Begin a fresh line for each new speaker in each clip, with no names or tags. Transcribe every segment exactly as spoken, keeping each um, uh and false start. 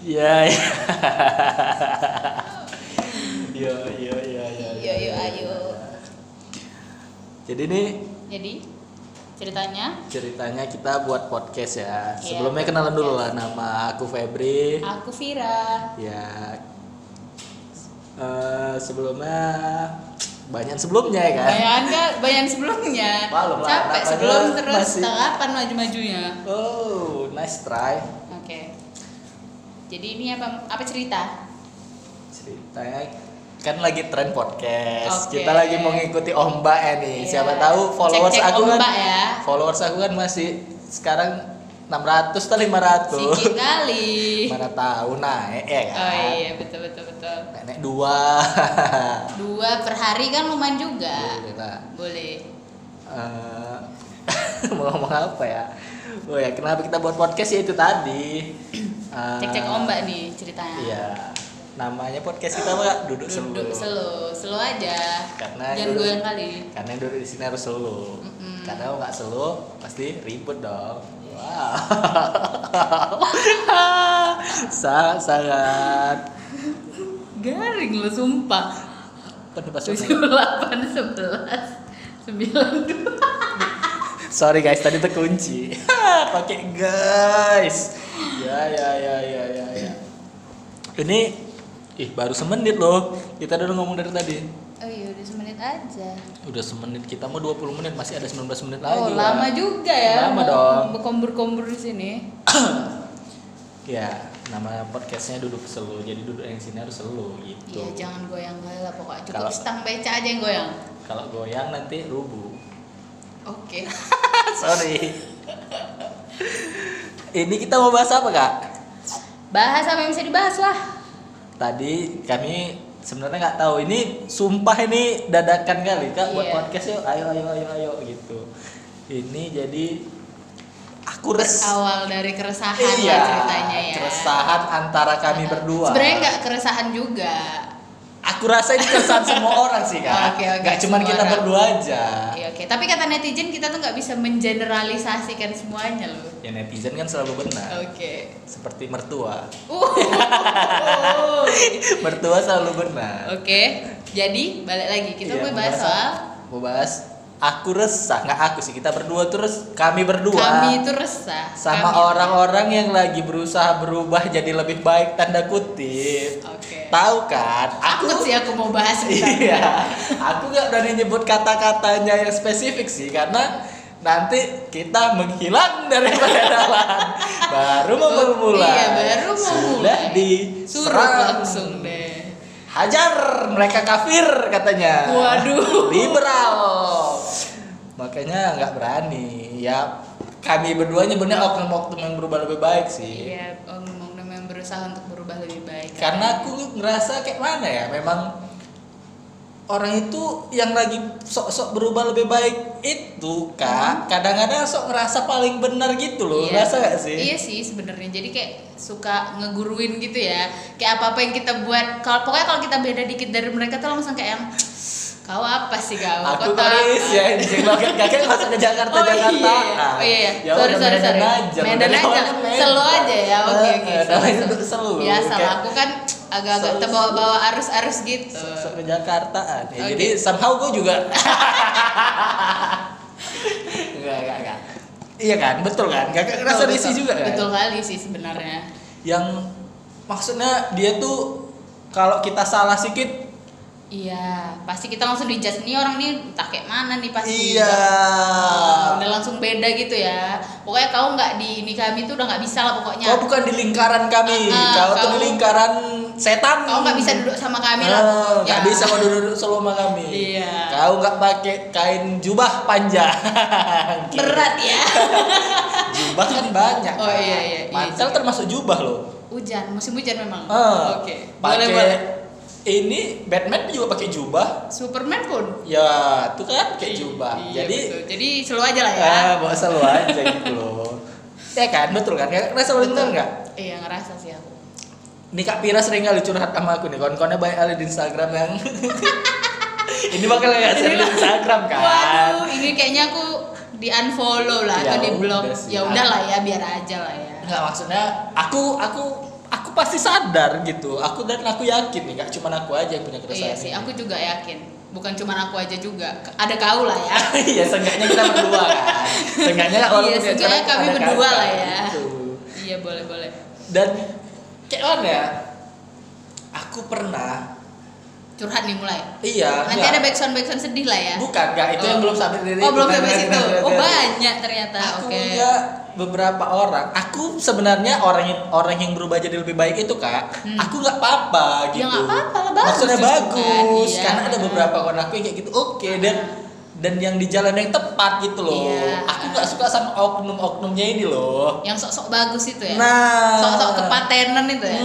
Iya. Iya, iya, iya, iya.
Yo yo ayo.
Jadi nih
Jadi ceritanya
ceritanya kita buat podcast ya.
Iya,
Sebelumnya kenalan dulu lah, nama aku Febri.
aku Vira.
Ya. Eh, sebelumnya banyak sebelumnya ya kan?
Bayan kan, bayan sebelumnya.
Maklum lah,
Capek
namanya
sebelum terus
masih-
tak kapan maju-majunya.
Oh, nice try.
Oke. Jadi ini apa apa cerita?
Ceritanya kan lagi tren podcast.
Oke.
Kita lagi mau ngikuti ombak ya nih.
Iya.
Siapa tahu followers
Cek-cek
aku kan
ombak ya.
followers aku kan masih sekarang enam ratus atau lima ratus.
Sikit kali.
Mana tahu naik ya kan.
Oh iya, betul betul betul.
Naik dua.
Dua per hari kan lumayan juga.
Boleh lah.
Boleh.
Eh, mau ngomong apa ya? Oh ya, kenapa kita buat podcast ya itu tadi. Eh,
Cek-cek ombak nih ceritanya.
Iya. Namanya podcast kita apa? Duduk selu.
Duduk selo, selo aja.
Karena
Jangan
duduk-
goyang kali.
Karena yang duduk di sini harus selu.
Mm-mm.
Karena kalau nggak selu pasti ribut dong. Wow. sangat sangat.
Garing lo sumpah.
Penuh
tujuh delapan sebelas sembilan dua.
Sorry guys, tadi terkunci. Pakai guys. Ya ya ya ya ya ya. Ini ih baru semenit loh. Kita udah ngomong dari tadi.
Oh iya udah semenit aja.
Udah semenit, kita mau dua puluh menit, masih ada sembilan belas menit lagi.
Oh
Wak.
lama juga ya.
Lama
mau
dong.
Berkombur-kombur di sini.
Ya, nama podcastnya duduk selu. Jadi duduk yang sini harus selu gitu.
Iya jangan goyang kali lah pokoknya cukup
Kalau-
stang beca aja yang goyang.
Kalau goyang nanti rubuh.
Oke.
Sorry. Ini kita mau bahas apa kak?
Bahas apa yang bisa dibahas lah.
Tadi kami sebenarnya nggak tahu. Ini sumpah ini dadakan kali kak buat
Iya.
podcast yuk. Ayo ayo ayo ayo gitu. Ini jadi aku res.
Awal dari keresahan
Iya.
lah ceritanya ya.
Keresahan antara kami berdua.
Sebenarnya nggak keresahan juga.
Aku rasa ini keresahan semua orang sih kak.
Oke, oke,
Nggak cuman
semua
kita
orang.
berdua aja.
Iya oke. Tapi kata netizen kita tuh nggak bisa mengeneralisasikan semuanya loh.
Ya netizen kan selalu benar.
Oke.
Seperti mertua.
Uh.
Mertua selalu benar.
Oke. Jadi balik lagi kita
Iya,
mau bahas soal
mau bahas aku resah, nggak aku sih, kita berdua terus kami berdua
kami itu resah
sama
Kami-
orang-orang yang lagi berusaha berubah jadi lebih baik tanda kutip.
Oke.
Tahu kan? Aku
Takut sih aku mau bahas tentang
iya. Aku nggak berani nyebut kata-katanya yang spesifik sih karena nanti kita menghilang dari peredaran. Baru mau memulai.
Iya, baru mau
Sudah
mulai. Suruh
diserang.
langsung deh.
Hajar mereka kafir katanya.
Waduh.
Liberal. Makanya nggak berani. Ya kami berdua nyebutnya oknum-oknum yang berubah lebih baik sih.
Iya, ngomong yang berusaha untuk berubah lebih baik.
Karena aku ngerasa kayak mana ya, memang orang itu yang lagi sok-sok berubah lebih baik itu kak, kadang-kadang sok ngerasa paling benar gitu loh.
Iya.
Ngerasa gak sih?
Iya sih sebenarnya. Jadi kayak suka ngeguruin gitu ya. Kayak apa-apa yang kita buat. Kalau pokoknya kalau kita beda dikit dari mereka tuh langsung kayak yang kau apa sih kau?
Aku
Kau tahu
Chris
apa?"
ya, anjing loket kakek masuk ke Jakarta
Oh
Jakarta.
iya, oh iya,
Ya
sorry
udah,
sorry
Medan
sorry.
aja,
Medan
udah
aja,
lewat Medan.
selo aja ya, oke oke.
Eh, namanya duduk selu.
Biasa
Kayak
lah, aku kan agak-agak
selu-
terbawa-bawa arus-arus gitu.
Sok ke Jakartaan. Ya,
Oke.
jadi somehow gue juga. Enggak enggak enggak. Iya kan, betul kan? Kakak ngerasa
Betul,
risih
betul.
juga kan?
Betul kali sih sebenarnya.
Yang maksudnya dia tuh kalau kita salah sedikit.
Iya, pasti kita langsung dijudge nih orang nih entah kayak mana nih pasti.
Iya.
Udah, udah langsung beda gitu ya. Pokoknya kau nggak di ini kami tuh udah nggak bisa lah pokoknya.
Kau bukan di lingkaran kami,
Ah, ah,
kau, tuh
kau-
di lingkaran setan.
Kau nggak bisa duduk sama kami lah
Ah,
pokoknya.
nggak bisa kau duduk sama kami.
Iya.
Kau nggak pakai kain jubah panjang.
Berat ya.
Jubah kan banyak.
Oh,
kan?
iya, iya, iya
Mantel
juga.
termasuk jubah loh.
Hujan, musim hujan memang.
Ah,
Oke. Boleh
pakai
boleh.
ini Batman juga pakai jubah.
Superman pun.
Ya, itu kan pakai
Iya,
jubah.
iya,
Jadi
betul. jadi selalu aja lah ya.
ah, bawa selalu aja gitu loh. Ya kan, betul kan? Nggak ngerasa bener
Betul.
nggak?
Iya ngerasa sih aku.
Ini Kak Pira sering kali curhat sama aku nih. Kawan-kawannya banyak kali di Instagram yang ini bakal nggak sering di Instagram kan?
Waduh, ini kayaknya aku di unfollow lah
Ya
atau di blog.
udah sih.
Ya udahlah ya, biar aja lah ya.
Nggak, maksudnya aku aku aku pasti sadar gitu. Aku dan aku yakin nih, gak cuma aku aja yang punya keresahan.
Iya sih,
ini.
aku juga yakin. Bukan cuma aku aja juga, ada kau lah ya.
Iya, seenggaknya kita berdua kan. Seenggaknya walaupun
Iya,
dia
seenggaknya
curhat,
kami
ada
berdua
kakak,
lah ya.
gitu.
Iya, boleh boleh.
Dan kayak mana ya? Aku pernah
Curhat nih mulai.
iya,
Nanti
enggak.
ada backsound backsound sedih lah ya.
Bukan, enggak, itu
Oh.
yang belum sampai dari
Oh, belum
Nanti,
sampai
nanti,
situ.
nanti,
Oh,
nanti.
banyak ternyata.
Aku
Oke.
punya beberapa orang. Aku sebenarnya orang yang orang yang berubah jadi lebih baik itu, Kak.
Hmm.
Aku nggak apa-apa
Ya
gitu.
nggak apa-apa lah, bagus
Maksudnya
justru
bagus,
kan, iya.
karena ada beberapa kawan aku yang kayak gitu. Oke, dan dan yang di jalan yang tepat gitu loh.
Iya.
Aku nggak suka sama oknum-oknumnya ini loh.
Yang sok-sok bagus itu ya.
Nah,
Sok-sok kepatenan itu ya.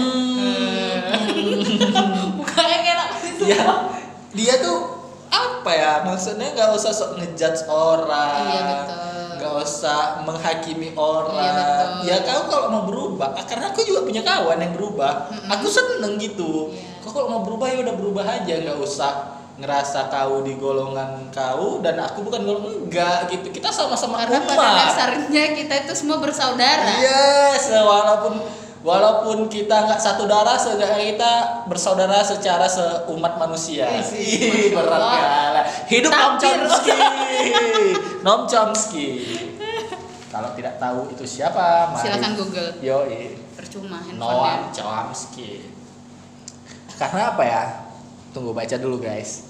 Hmm.
Bukannya enak gitu.
Ya, dia tuh apa ya? Maksudnya nggak usah sok ngejudge orang.
Iya, betul.
Nggak usah menghakimi orang.
Iya, betul.
Ya kau kalau mau berubah, ah, karena aku juga punya kawan yang berubah.
Mm-mm.
Aku seneng gitu.
Iya.
Kau kalau mau berubah ya udah berubah aja, nggak usah ngerasa kau di golongan kau dan aku bukan golongan enggak gitu. Kita sama-sama
Karena pada
umat.
dasarnya kita itu semua bersaudara.
Yes, walaupun walaupun kita nggak satu darah, seenggaknya kita bersaudara secara seumat manusia.
Iya sih,
Ih,
Masya
berat
Allah.
kalah. Hidup Noam
Takbir.
Chomsky. Noam Chomsky. Kalau tidak tahu itu siapa, mari.
Silakan Google.
Yo,
Percuma
Noam
handphonenya.
Chomsky. Karena apa ya? Tunggu baca dulu, guys.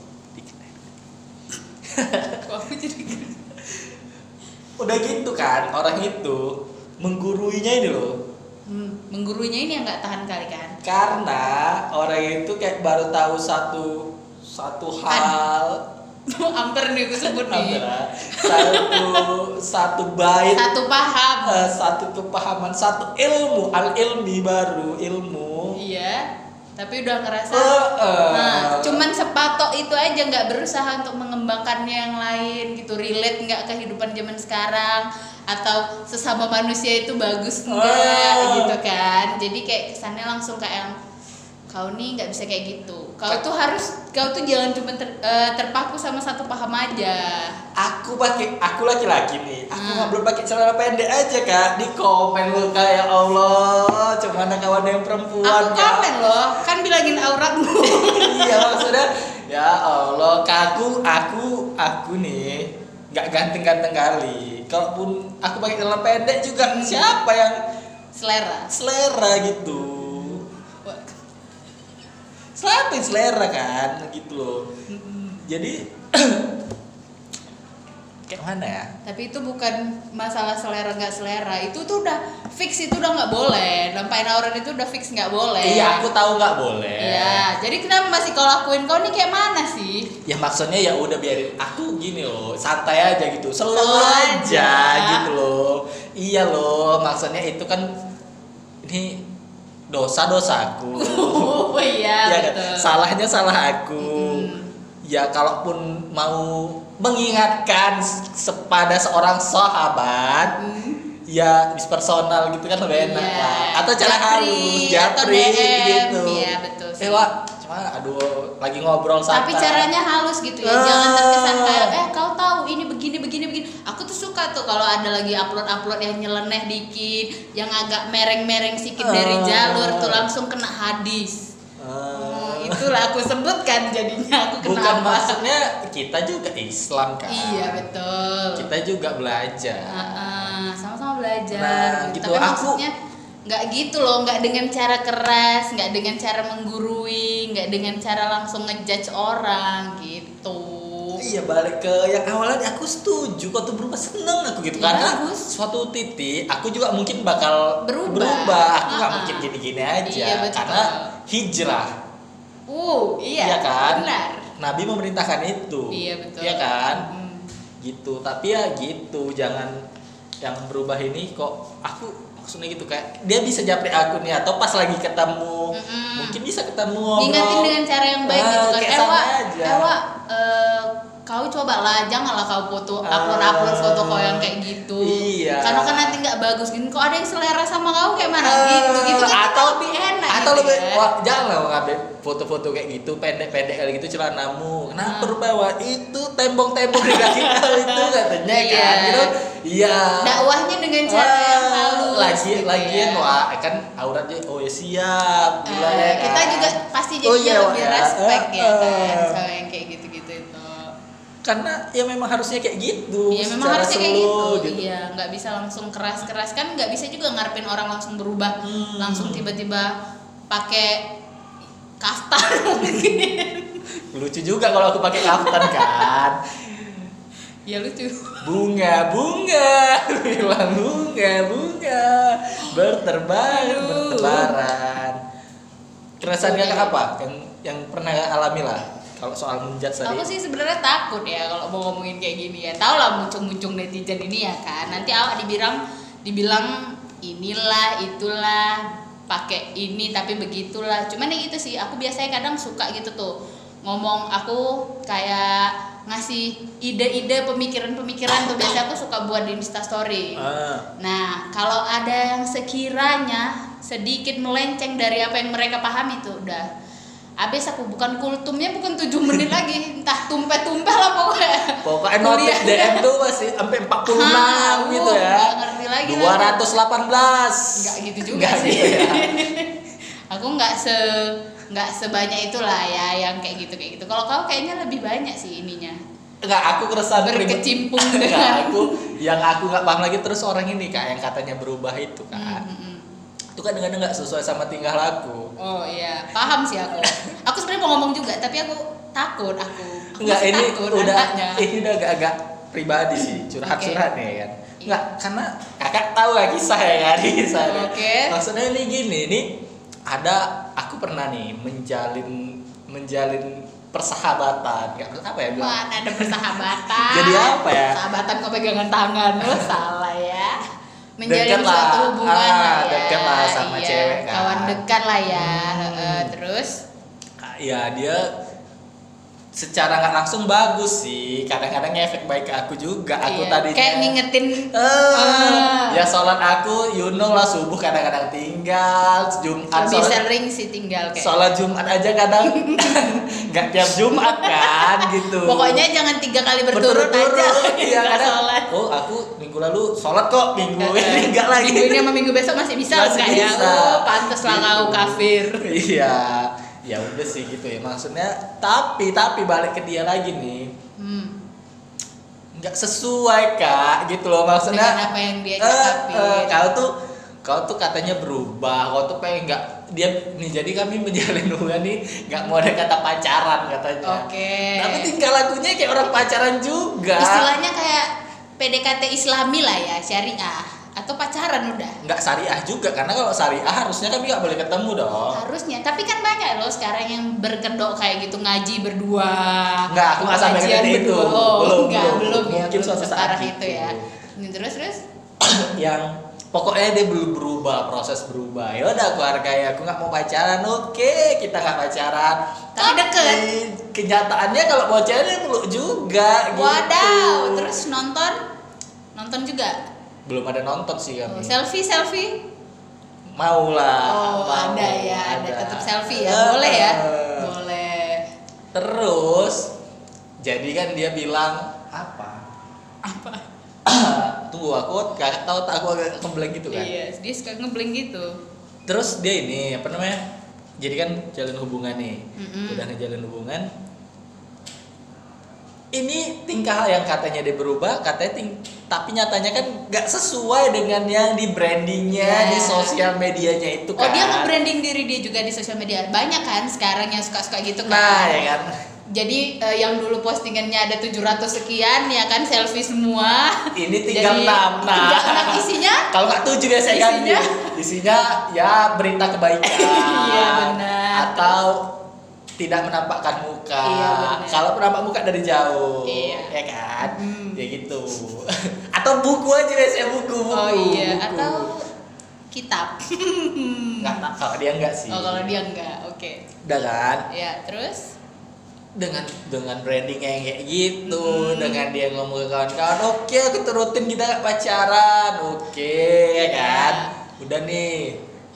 Kok aku jadi gitu?
Udah gitu kan, orang itu mengguruinya ini loh.
Hmm, menggurunya ini yang nggak tahan kali kan?
Karena orang itu kayak baru tahu satu satu hal,
Hampir nih aku sebut nih.
apa, satu satu bait,
Satu paham.
eh, satu kepahaman, satu ilmu, al ilmi baru ilmu.
Iya. Tapi udah ngerasa.
Eh, eh.
Nah, cuman sepatok itu aja, nggak berusaha untuk mengembangkannya yang lain gitu, relate nggak kehidupan zaman sekarang atau sesama manusia itu bagus enggak
Oh.
gitu kan. Jadi kayak kesannya langsung kayak yang kau nih nggak bisa kayak gitu. Kau tuh harus, kau tuh jangan cuma ter- eh, terpaku sama satu paham aja.
Aku pakai, aku laki-laki nih. Aku
Hmm.
nggak belum pakai celana pendek aja, Kak. Di komen lu kayak Allah, cuma ada kawan yang perempuan.
Aku
Kak.
komen loh, kan bilangin auratmu.
Iya, maksudnya ya Allah, aku aku aku nih nggak ganteng-ganteng kali. Kalaupun aku pakai celana pendek juga siapa yang
Selera.
selera gitu. Siapa yang selera kan gitu loh. Jadi kayak mana ya?
Tapi itu bukan masalah selera nggak selera, itu tuh udah fix, itu udah nggak boleh. Nampain aurat itu udah fix nggak boleh.
Iya, aku tahu nggak boleh.
Iya, jadi kenapa masih kau lakuin? Kau nih kayak mana sih?
Ya maksudnya ya udah biarin aku gini loh, santai aja gitu, slow
Slow
aja
aja.
gitu loh. Iya loh, maksudnya itu kan ini dosa-dosaku.
Oh iya,
Ya kan?
betul.
Salahnya salah aku.
Mm.
Ya kalaupun mau mengingatkan kepada seorang sahabat,
Hmm.
ya personal gitu kan lebih enak
Iya.
lah. Atau cara
Japri,
halus,
atau
japri
D M,
gitu.
iya, betul sih.
Eh Wak, cuma aduh lagi ngobrol santai.
Tapi caranya halus gitu ya,
Ah.
jangan terkesan kayak eh kau tahu ini begini begini begini. Aku tuh suka tuh kalau ada lagi upload upload yang nyeleneh dikit, yang agak mereng-mereng sedikit dari
Ah.
jalur tuh langsung kena hadis.
Ah.
Oh, itulah aku sebutkan jadinya aku
Bukan
kenapa.
maksudnya kita juga Islam kan.
Iya betul.
Kita juga belajar.
Ah, ah, sama-sama belajar.
Nah, gitu.
Tapi
Aku-
maksudnya nggak gitu loh, nggak dengan cara keras, nggak dengan cara menggurui, nggak dengan cara langsung ngejudge orang gitu.
Iya, balik ke yang awalnya aku setuju kok tuh berubah, seneng aku gitu
Ya,
karena
bagus.
suatu titik aku juga mungkin bakal
Berubah.
Aku nggak
Ah,
mungkin
ah.
gini-gini aja
Iya, betul.
karena hijrah.
Uh, iya,
Iya kan?
benar.
Nabi memerintahkan itu.
Iya betul.
Iya kan?
Mm.
Gitu. Tapi ya gitu, jangan yang berubah ini kok aku maksudnya gitu kayak dia bisa japri aku nih atau pas lagi ketemu
Mm-mm.
mungkin bisa ketemu ngobrol.
Diingatin dengan cara yang baik
Ah,
gitu kan.
kayak
Eh
sama
Wak,
aja.
eh Wak, eh, kau cobalah janganlah kau foto upload upload foto kau yang kayak gitu.
Iya.
Karena kan nanti nggak bagus gini. Kok ada yang selera sama kau kayak mana
Ah,
gitu gitu kan kita
atau
lebih enak.
atau Atau
gitu
lebih,
ya.
wah jangan lah ngambil foto-foto kayak gitu, pendek-pendek kayak gitu celanamu. Kenapa
Ah.
berbawa itu tembok-tembok di kaki kau itu katanya
Iya.
kan gitu. Iya.
Dakwahnya dengan cara yang
Ah,
halus
lagi
gitu
lagian
ya.
wah kan auratnya oh ya siap gila
Eh,
ya
kita
kan?
juga pasti
Oh,
jadinya
iya, Wak,
lebih
ya.
respect ya
Eh,
kan
eh.
sama yang kayak gitu-gitu itu.
Karena ya memang harusnya kayak gitu.
Iya memang
secara
harusnya kayak
slow,
gitu. Iya, nggak bisa langsung keras-keras kan, nggak bisa juga ngarepin orang langsung berubah,
Hmm.
langsung tiba-tiba pakai kaftan mungkin.
Lucu juga kalau aku pakai kaftan kan.
Ya lucu.
Bunga, bunga, bilang bunga, bunga, berterbangan,
Aduh.
bertebaran. Keresahan
Oke.
kakak apa? Yang yang pernah kakak alami lah. Kalau soal menjudge tadi.
Aku sih sebenarnya takut ya kalau mau ngomongin kayak gini ya. Tau lah muncung-muncung netizen ini ya kan. Nanti awak dibilang dibilang inilah itulah pakai ini tapi begitulah. Cuman ya gitu sih. Aku biasanya kadang suka gitu tuh ngomong, aku kayak ngasih ide-ide pemikiran-pemikiran tuh biasanya aku suka buat di Instastory.
Ah,
Nah, kalau ada yang sekiranya sedikit melenceng dari apa yang mereka pahami tuh udah habis aku, bukan kultumnya bukan tujuh menit lagi, entah tumpeh-tumpeh lah pokoknya.
pokoknya notif D M tuh masih sampai empat puluh enam
Ah,
gitu
uh,
ya.
nggak ngerti lagi lah.
dua ratus delapan belas.
Nggak gitu juga
Nggak
sih.
gitu ya.
Aku nggak se nggak sebanyak itulah ya yang kayak gitu kayak gitu. Kalau kau kayaknya lebih banyak sih ininya.
Enggak, aku keresahan pribadi.
Berkecimpung
Enggak,
dengan.
aku yang aku nggak paham lagi terus orang ini kak yang katanya berubah itu kan.
Hmm, hmm, hmm.
Itu kan kadang-kadang nggak sesuai sama tingkah laku.
Oh iya, paham sih aku. Aku sebenarnya mau ngomong juga, tapi aku takut aku. aku
Enggak,
masih
ini
takut
udah
anaknya.
ini udah agak-agak pribadi sih, curhat-curhat nih kan.
Iya.
Enggak, karena kakak tahu ya kisah ya kan kisah.
Oke.
Maksudnya ini gini, ini ada aku pernah nih menjalin menjalin persahabatan. Enggak apa ya bilang?
Mana ada persahabatan.
Jadi apa ya?
Sahabatan kok pegangan tangan, lo salah ya. Menjalin
Deket lah.
suatu hubungan
Ah,
lah ya.
deket lah sama
Iya,
cewek kan.
kawan dekat lah ya.
Hmm.
Heeh, terus
Ya dia secara nggak langsung bagus sih, kadang-kadang efek baik ke aku juga. Aku
iya,
tadinya
kayak ngingetin
Eh,
Ah.
ya sholat aku, you know lah subuh kadang-kadang tinggal, Jumat
lebih
sholat,
sering sih tinggal kayak.
sholat Jumat aja kadang nggak tiap Jumat kan gitu.
Pokoknya jangan tiga kali berturut, aja.
Iya
Nggak
kadang.
sholat.
Oh aku minggu lalu sholat kok, minggu ini enggak lagi.
Minggu ini sama minggu besok masih bisa
Masih
enggak ya?
bisa.
Oh, pantes lah
Gitu.
kau kafir.
Iya, ya udah sih gitu ya maksudnya. Tapi tapi balik ke dia lagi nih,
Hmm.
nggak sesuai kak gitu loh maksudnya.
Dengan apa yang dia
eh,
cakapin.
eh, kau tuh kau tuh katanya berubah, kau tuh pengen nggak dia nih, jadi kami menjalin hubungan nih nggak mau ada kata pacaran katanya.
Oke.
Tapi tingkah lakunya kayak orang pacaran juga.
Istilahnya kayak P D K T Islami lah ya, syariah atau pacaran udah.
Nggak syariah juga karena kalau syariah harusnya kami nggak boleh ketemu dong.
Harusnya, tapi kan banyak loh sekarang yang berkedok kayak gitu, ngaji berdua.
Nggak, aku nggak sampai
pengajian
kayak itu.
berdua. Oh,
Belum,
enggak,
belum.
belum ya.
Mungkin
belum
suatu saat
separah
gitu.
itu ya. Ini terus terus.
Yang pokoknya dia belum berubah, proses berubah. Ya udah aku hargai, aku nggak mau pacaran, oke kita nggak pacaran.
Tapi deket.
Kenyataannya kalau mau pacaran peluk juga.
Wadaw,
gitu.
terus nonton? Nonton juga?
Belum ada nonton sih
Oh,
kami.
selfie selfie?
Mau lah.
Oh,
mau,
ada ya, ada tetap selfie ya.
Eh,
Boleh ya?
eh.
Boleh.
Terus jadi kan dia bilang apa?
Apa?
Tunggu aku kakak tahu tak aku agak kembali gitu kan.
Iya, dia suka ngeblank gitu.
Terus dia ini apa namanya? Jadi kan jalin hubungan nih.
Mm-mm.
Udah ngejalin hubungan. Ini tingkah yang katanya dia berubah, katanya ting tapi nyatanya kan nggak sesuai dengan yang di brandingnya
Yeah.
di sosial medianya itu
Oh,
kan.
dia nge-branding diri dia juga di sosial media. Banyak kan sekarang yang suka-suka gitu kan.
Nah, ya kan.
Jadi eh, yang dulu postingannya ada tujuh ratus sekian ya kan, selfie semua.
Ini tinggal
Jadi,
enam. Nah,
tinggal enam isinya.
kalau nggak tujuh biasanya kan
Isinya?
isinya ya berita kebaikan.
Iya, benar.
Atau tidak menampakkan muka.
Iya, benar.
Kalau penampak muka dari jauh,
Iya.
ya kan?
Hmm.
Ya gitu. Atau buku aja biasanya buku, buku.
Oh iya,
buku.
atau kitab.
nggak tak kalau dia enggak sih.
Oh, kalau dia enggak. Oke.
Udah kan?
Ya, terus
Dengan dengan branding yang kayak gitu,
Hmm.
dengan dia ngomong ke kawan-kawan, oke aku turutin kita nggak pacaran, oke ya kan? Udah nih.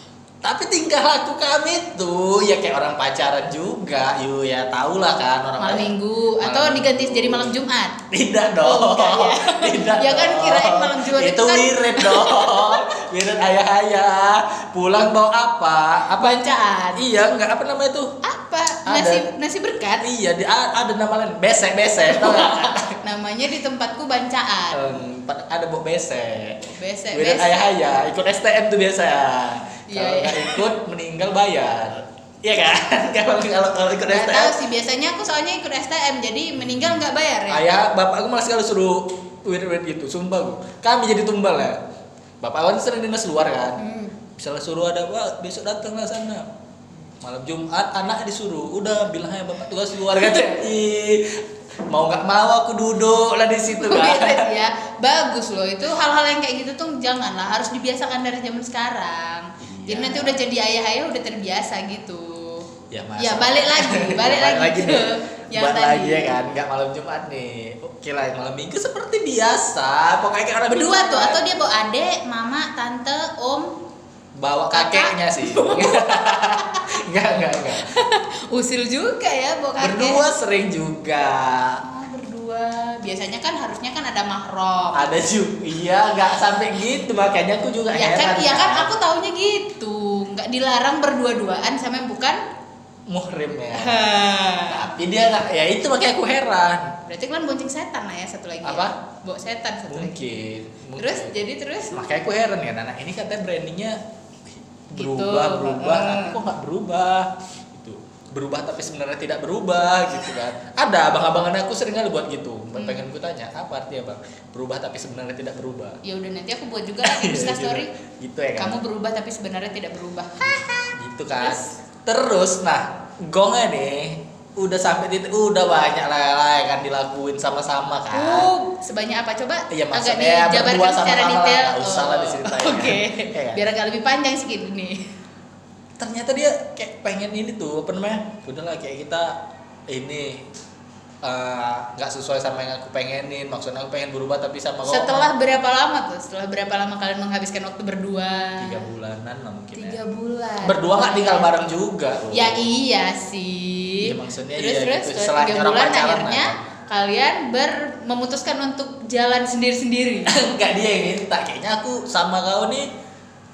Tapi tingkah laku kami tuh ya kayak orang pacaran juga, yuk ya tau lah kan orang
Malam minggu atau
malam
diganti
minggu.
jadi malam Jumat.
Tidak dong.
Oh, enggak ya.
Tidak.
Ya kan
dong.
kirain malam Jumat
itu
itu kan-
wirid dong. Wirid ayah-ayah. Pulang bawa apa? Apa?
Bacaan.
Iya, enggak apa namanya tuh?
Apa?
Ada.
Nasi nasi berkat.
Iya, di, a- ada nama lain. Besek-besek, tau gak?
Namanya di tempatku bancaan.
Em, pa- ada bok besek.
Besek,
Wirid
besek.
ayah-ayah ikut S T M tuh biasa.
Iya,
Kalau
iya.
nggak ikut meninggal bayar. Iya kan? Kalau kalau kalau ikut
Nggak
S T M.
tahu sih, biasanya aku soalnya ikut S T M jadi meninggal nggak bayar ya.
Ayah, bapak aku malah sekali suruh wirid-wirid gitu, sumpah gue. Kami jadi tumbal ya. Bapak aku sering dinas luar kan.
Hmm.
Misalnya suruh ada pak, besok datanglah sana. Malam Jumat anak disuruh, udah bilang aja bapak tugas luar kan. Ih, mau nggak mau aku duduk lah di situ kan.
Wirid ya, bagus loh itu hal-hal yang kayak gitu tuh janganlah, harus dibiasakan dari zaman sekarang.
Iya.
Jadi nanti udah jadi ayah-ayah udah terbiasa gitu.
Ya, masa-
Ya balik lagi, balik
Ya,
lagi, ke
nih.
yang
Buat
tadi.
lagi ya kan, nggak malam Jumat nih. Oke lah, malam Minggu seperti biasa. Pokoknya kayak orang
Berdua
Minggu
tuh
kan.
atau dia bawa adek, mama, tante, om,
bawa
kakak?
kakeknya sih. Enggak, enggak, enggak.
usil juga ya bawa kakek.
Berdua sering juga.
Oh, berdua. Biasanya kan harusnya kan ada mahram.
Ada juga. Iya, nggak sampai gitu makanya aku juga
Ya kan,
heran.
iya kan aku taunya gitu. Nggak dilarang berdua-duaan sama yang bukan.
muhrim ya. Tapi dia nggak, ya itu makanya aku heran.
Berarti kan bonceng setan lah ya satu lagi.
Apa?
Ya? Bawa setan satu lagi.
Mungkin. mungkin.
Terus jadi terus
Makanya aku heran kan anak ini katanya brandingnya
Gitu.
berubah berubah,
Heeh.
tapi kok nggak berubah? Gitu. Berubah tapi sebenarnya tidak berubah gitu kan. Ada abang-abangan aku sering kali buat gitu.
Hmm.
Pengen ku tanya apa artinya bang? Berubah tapi sebenarnya tidak berubah.
ya udah nanti aku buat juga di Insta story.
Gitu ya kan.
Kamu berubah tapi sebenarnya tidak berubah.
Gitu kan.
Terus?
Terus, nah gongnya nih udah sampai titik udah banyak lah, lah ya kan dilakuin sama-sama kan.
Uh, sebanyak apa coba?
Iya,
agak
maksudnya
dijabarkan
berdua
secara
sama-sama
detail.
lah, nggak usah lah diceritain.
Oke.
Iya kan?
Biar agak lebih panjang sedikit nih.
Ternyata dia kayak pengen ini tuh apa namanya? Udahlah kayak kita ini eh, nggak sesuai sama yang aku pengenin. Maksudnya aku pengen berubah tapi sama kok
Setelah berapa lama tuh? Setelah berapa lama kalian menghabiskan waktu berdua?
tiga bulanan lah mungkin
Tiga
ya.
bulan.
Berdua nggak tinggal bareng juga. loh.
Ya iya sih.
Iya, maksudnya
terus
iya
terus
gitu.
setelah
Selain
tiga
orang
bulan
pacaran
akhirnya
lah.
kalian ber memutuskan untuk jalan sendiri-sendiri.
Enggak, dia yang minta kayaknya aku sama kau nih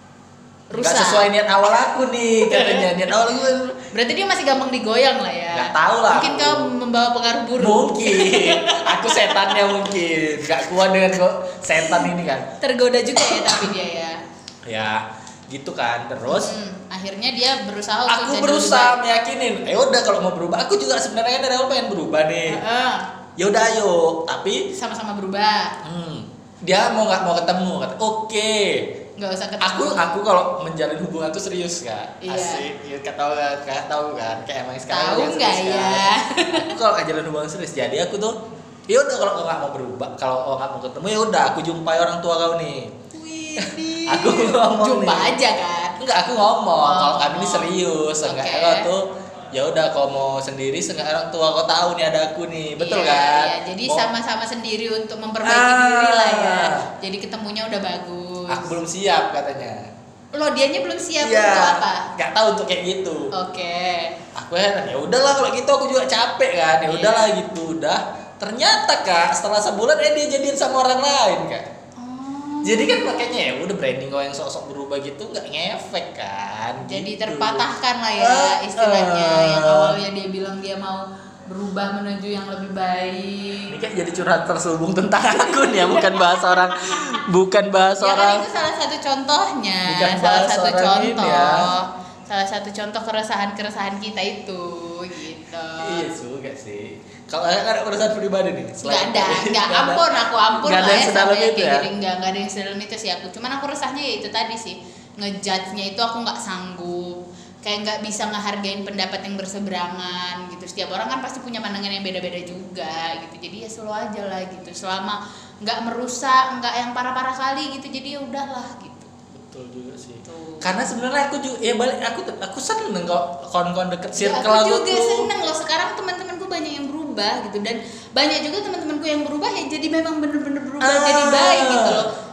nggak
Rusak.
sesuai niat awal aku nih katanya. Niat awal aku
Berarti dia masih gampang digoyang lah ya.
nggak tahu lah
Mungkin
aku.
kau membawa pengaruh buruk.
Mungkin aku setannya mungkin nggak kuat dengan kok setan ini kan.
Tergoda juga ya tapi dia ya.
Ya gitu kan. Terus
Hmm, akhirnya dia berusaha untuk
aku
jadi
berusaha
lebih
meyakinin ya udah kalau mau berubah aku juga sebenarnya kan dari awal pengen berubah nih.
baik. Heeh.
Ya udah ayo tapi
Sama-sama berubah.
hmm, dia mau nggak mau ketemu kata oke.
Nggak usah ketemu.
Aku aku kalau menjalin hubungan tuh serius kan.
Iya.
Asik. Ya tahu kan, kayak tahu kan kayak emang sekarang
Tahu
yang
nggak
serius
ya?
kan. Aku kalau ajaran hubungan serius jadi aku tuh ya udah kalau kau nggak mau berubah, kalau kau nggak mau ketemu ya udah aku jumpai orang tua kau nih.
Widih.
Aku ngomong
Jumpa
nih.
aja kan.
Enggak, aku ngomong
Oh.
kalau kami ini serius, enggak
Oke.
kau tuh ya udah kau mau sendiri seenggak orang tua kau tahu nih ada aku nih. Betul
Iya,
kan?
Iya, jadi
Mau-
sama-sama sendiri untuk memperbaiki
Ah.
diri lah ya. Jadi ketemunya udah bagus.
aku belum siap katanya.
Lo dianya belum siap
Iya.
untuk apa?
Enggak tahu untuk kayak gitu.
Oke.
Aku heran ya udahlah kalau gitu aku juga capek kan. Ya
Iya.
udahlah gitu udah. Ternyata Kak, setelah sebulan eh dia jadian sama orang lain Kak.
Oh.
Jadi kan makanya ya udah branding kau yang sok-sok berubah gitu nggak ngefek kan.
Jadi
gitu.
terpatahkan lah ya
Ah,
istilahnya
ah.
yang awalnya dia bilang dia mau berubah menuju yang lebih baik.
Ini kan jadi curhat terselubung tentang aku nih ya, bukan bahas orang, bukan bahas
Ya kan
orang.
itu salah satu contohnya,
Bukan
salah
bahas
satu
orang ini
contoh,
ya.
salah satu contoh keresahan-keresahan kita itu, gitu.
Iya juga sih. Kalau ada ada urusan pribadi nih.
Nggak
selain-
ada, nggak
Nggak ada.
ampun, aku ampun
Nggak ada
lah
yang
ya
sedalam
sama yang
itu
kayak
ya?
gini, nggak nggak ada yang sedalam itu sih aku. Cuman aku resahnya ya itu tadi sih, ngejudge-nya itu aku nggak sanggup, kayak nggak bisa ngehargain pendapat yang berseberangan gitu. Setiap orang kan pasti punya pandangan yang beda-beda juga gitu. Jadi ya slow aja lah gitu. Selama nggak merusak, nggak yang parah-parah kali gitu. Jadi ya udahlah gitu.
Betul juga sih.
Tuh.
Karena sebenarnya aku juga ya balik aku aku seneng kok kawan-kawan deket
Ya,
circle
aku
aku
juga
tuh.
seneng loh sekarang teman-temanku banyak yang berubah gitu dan banyak juga teman-temanku yang berubah ya jadi memang bener-bener berubah
Ah.
jadi baik gitu loh.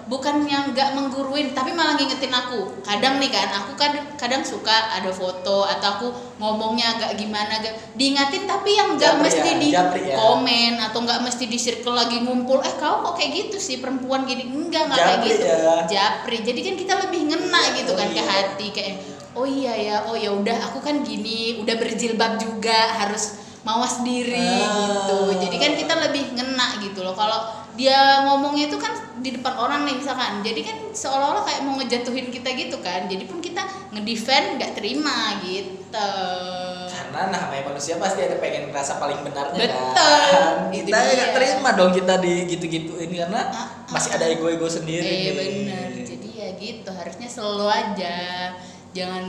bukannya nggak mengguruin tapi malah ngingetin aku. Kadang nih kan aku kan kadang suka ada foto atau aku ngomongnya agak gimana agak diingatin tapi yang nggak
Japri
mesti
ya,
di
japri ya.
komen atau nggak mesti di circle lagi ngumpul, eh kau kok kayak gitu sih perempuan gini, enggak nggak kayak
Japri
gitu
ya.
japri. Jadi kan kita lebih ngena gitu kan
Oh,
ke
iya.
hati kayak oh iya ya, oh ya udah aku kan gini, udah berjilbab juga harus mawas diri
Ah.
gitu. Jadi kan kita lebih ngena gitu loh. Kalau dia ngomongnya itu kan di depan orang nih misalkan, jadi kan seolah-olah kayak mau ngejatuhin kita gitu kan. Jadi pun kita ngedefend nggak terima gitu.
Karena namanya manusia pasti ada pengen ngerasa paling benarnya
Betul,
kan.
itu
Kita
dia.
nggak terima dong kita di gitu-gituin karena
Ah, ah.
masih ada ego-ego sendiri.
Eh
nih.
bener, jadi ya gitu harusnya selalu aja, jangan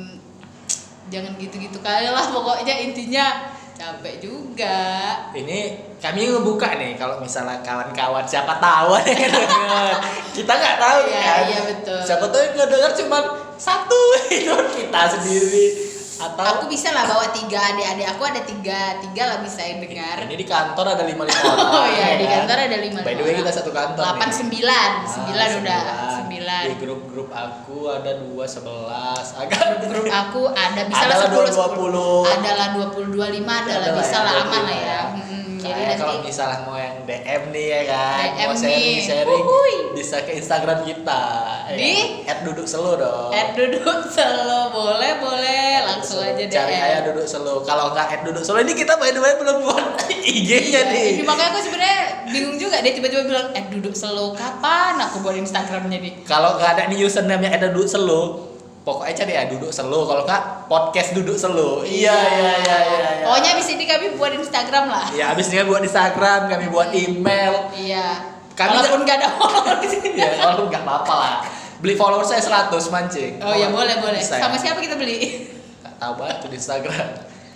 jangan gitu-gitu kali lah pokoknya, intinya capek juga.
Ini kami ngebuka nih kalau misalnya kawan-kawan siapa tahu ada yang denger. Kita nggak tahu
Iya,
kan.
iya, betul.
Siapa tahu yang nggak dengar cuma satu itu kita sendiri atau
Aku bisa lah bawa tiga adik-adik aku, ada tiga tiga lah bisa yang dengar.
ini di kantor ada lima lima orang.
Oh iya, di
kan?
kantor ada lima
By the way kita satu kantor.
Delapan
nih.
sembilan,
Ah,
sembilan udah sembilan.
Di grup-grup aku ada dua sebelas. Agak
Grup aku ada bisa lah
Adalah
sepuluh
dua puluh.
adalah dua puluh dua lima adalah
Adalah
bisa
ya,
lah
dua
aman
puluh
lah ya.
lima.
Mm, jadi
Kayak kalau
nanti
misalnya mau yang D M nih ya kan,
D M
mau sharing
nih.
sharing
Uhuy.
bisa ke Instagram kita.
Di?
Ya. at duduk selo dong.
At duduk selo boleh boleh langsung aja deh.
Cari aja duduk selo. Kalau nggak at duduk selo ini kita by the way belum buat I G-nya
Iya,
nih.
ini makanya aku sebenarnya bingung juga, dia tiba-tiba bilang at duduk selo, kapan aku buat Instagramnya nih?
Kalau nggak ada nih username-nya at duduk selo, pokoknya cari ya duduk selo. Kalau nggak podcast duduk selo. Iya iya iya iya. iya.
Pokoknya abis ini kami buat Instagram lah.
Ya abis ini buat Instagram, kami buat email.
Iya.
Kami
Walaupun nggak ada follower di sini.
Ya kalau nggak apa-apa lah. Beli follower saya seratus mancing.
Oh ya boleh boleh.
Bisa, ya?
Sama siapa kita beli?
Nggak tahu banget tuh di Instagram.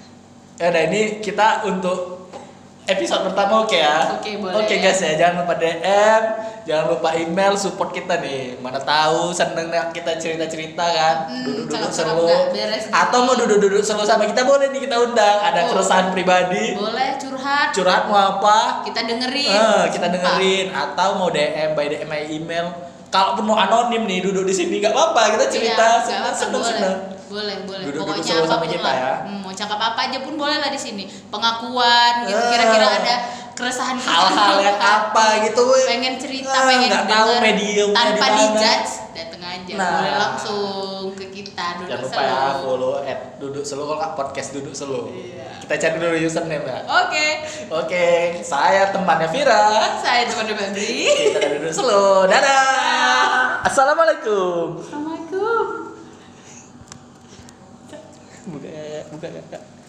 Ya udah ini kita untuk episode pertama oke ya.
Oke, boleh.
Oke guys ya, jangan lupa D M, jangan lupa email support kita nih. Mana tahu seneng kita cerita-cerita kan,
Hmm,
duduk-duduk
cakep-cakep
seru.
nggak beres
Atau
gitu.
mau duduk-duduk seru sama kita boleh nih kita undang. Ada
Oh.
keresahan pribadi,
Boleh curhat.
curhat mau apa?
Kita dengerin.
Eh, kita
Sumpah.
dengerin atau mau D M by D M by email. Kalaupun mau anonim nih duduk di sini nggak apa-apa, kita cerita
Iya, nggak apa-apa,
seneng
boleh.
seneng.
Boleh, boleh.
Duduk-duduk
Pokoknya
seru sama
apapun
kita
lah.
ya.
Hmm, mau cakap apa aja pun boleh lah di sini. Pengakuan gitu,
Eh.
kira-kira ada keresahan kita
Hal-hal yang apa gitu, weh.
pengen cerita,
Ah,
pengen
nggak tahu
denger
mediumnya
tanpa
di mana.
dijudge, dateng aja.
Nah.
Boleh langsung ke kita duduk
Jangan lupa
selalu.
ya follow at duduk selo kalau nggak podcast duduk selo.
Iya.
Kita cari dulu username ya.
Oke.
Oke, saya temannya Vira.
Saya teman Febri.
Kita dari duduk selo. Dadah. Assalamualaikum.
Assalamualaikum.
Buka buka kakak.